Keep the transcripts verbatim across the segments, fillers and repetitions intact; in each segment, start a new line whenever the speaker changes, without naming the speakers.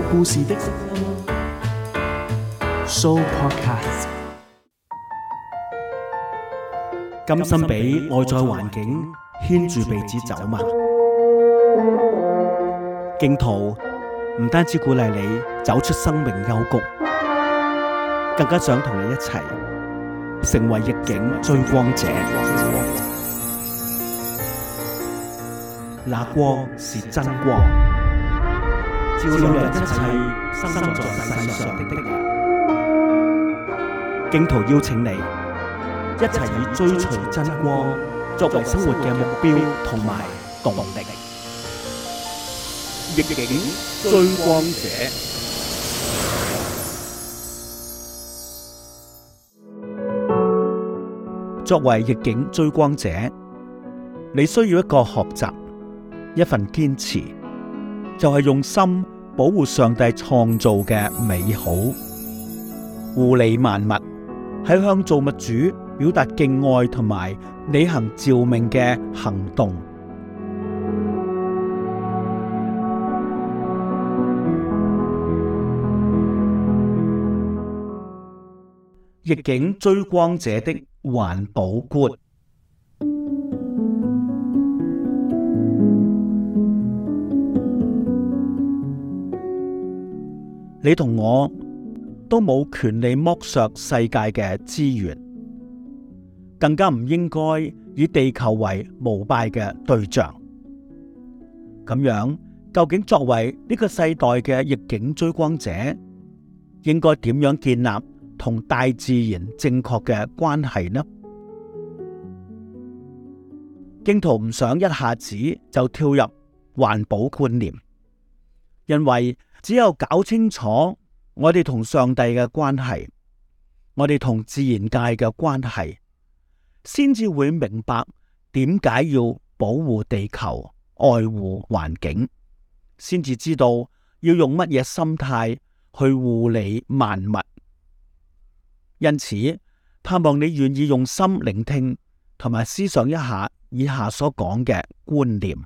故事的 Show Podcast， 甘心俾外在環境牽住鼻子走嘛？荊徒唔單止鼓勵你走出生命幽谷，更加想同你一齊成為逆境追光者。那光是真光，照亮一切生在世上的的人。荊徒邀請你一齊以追隨真光作為生活嘅目標同埋動力。逆境追光者，作為逆境追光者，你需要一個學習，一份堅持，就係用心保護上帝創造嘅美好，護理萬物，係向造物主表達敬愛同埋履行召命嘅行動。逆境追光者的環保觀。你同我都冇權利剝削世界嘅資源，更加唔應該以地球為膜拜嘅對象。咁樣，究竟作為呢個世代嘅逆境追光者，應該點樣建立同大自然正確嘅關係呢？荊徒唔想一下子就跳入環保觀念，因為只有搞清楚我哋同上帝嘅關係，我哋同自然界嘅關係，先至會明白點解要保護地球、愛護環境，先至知道要用乜嘢心態去護理萬物。因此，盼望你願意用心聆聽同埋思想一下以下所講嘅觀念。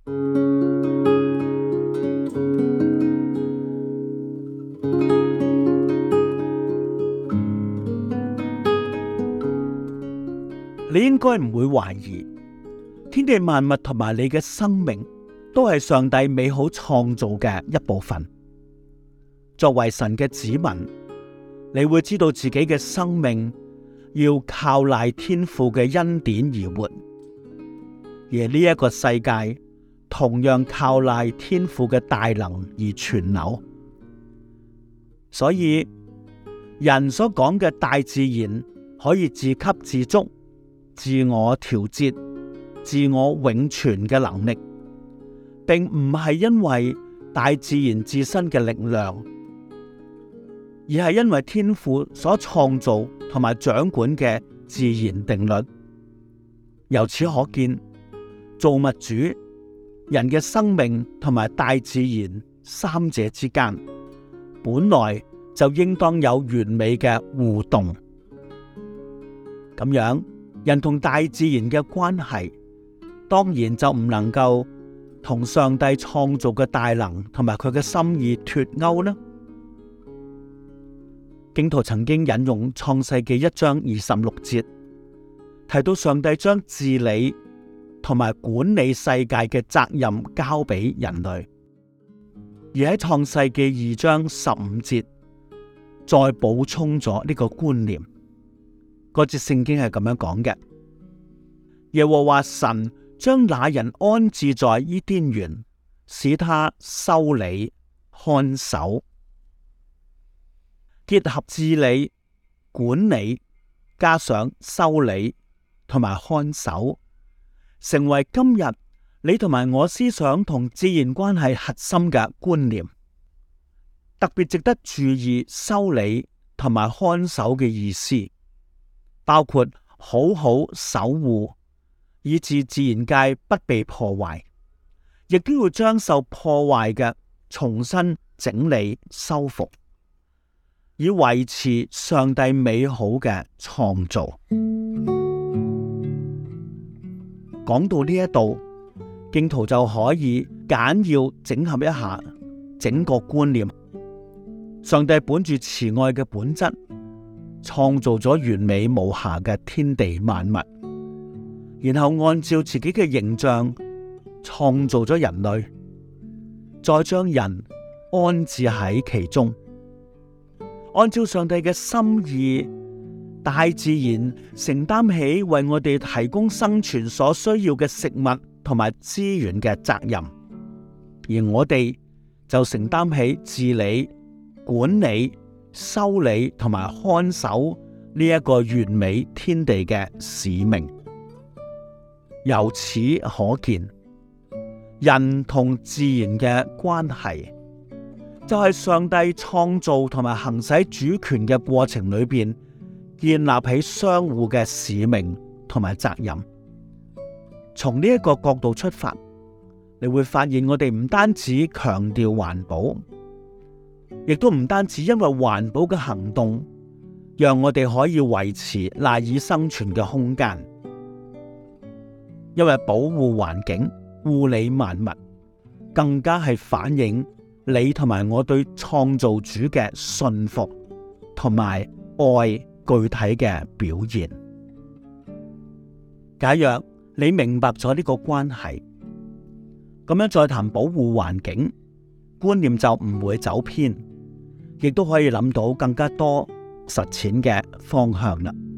你應該唔會懷疑，天地萬物同埋你嘅生命都係上帝美好創造嘅一部分。作為神嘅子民，你會知道自己嘅生命要靠賴天父嘅恩典而活，而呢一個世界同樣靠賴天父嘅大能而存留。所以，人所講嘅大自然可以自給自足、自我調節、自我永存嘅能力，並唔係因為大自然自身嘅力量，而係因為天父所創造同埋掌管嘅自然定律。由此可見，造物主、人嘅生命同埋大自然三者之間，本來就應當有完美嘅互動。咁樣，人同大自然嘅關係，當然就唔能夠同上帝創造嘅大能同埋佢嘅心意脫鈎啦。荊徒曾經引用創世記一章二十六節，提到上帝將治理同埋管理世界嘅責任交俾人類，而喺創世記二章十五節再補充咗呢個觀念。嗰節聖經係咁樣講嘅：耶和華神將那人安置在伊甸園，使他修理看守。結合治理、管理，加上修理同埋看守，成為今日你同埋我思想同自然關係核心嘅觀念。特別值得注意修理同埋看守嘅意思，包括好好守護，以致自然界不被破壞，亦都要將受破壞嘅重新整理修復，以維持上帝美好嘅創造。講到呢一度，荊徒就可以簡要整合一下整個觀念， 上帝本住慈愛嘅本質，創造咗完美無瑕嘅天地萬物，然後按照自己嘅形象創造咗人類，再將人安置喺其中，按照上帝嘅心意，大自然承擔起為我哋提供生存所需要嘅食物同埋資源嘅責任，而我哋就承擔起治理、管理、修理同埋看守呢一個完美天地嘅使命。由此可見，人同自然嘅關係，就係上帝創造同埋行使主權嘅過程裏邊，建立起相互嘅使命同埋責任。從呢一個角度出發，你會發現我哋唔單止強調環保，亦都唔單止因為環保嘅行動，讓我哋可以維持賴以生存嘅空間。因為保護環境、護理萬物，更加係反映你同埋我對創造主嘅信服同埋愛具體嘅表現。假若你明白咗呢個關係，咁樣再談保護環境，觀念就唔會走偏，亦都可以諗到更加多實踐嘅方向啦。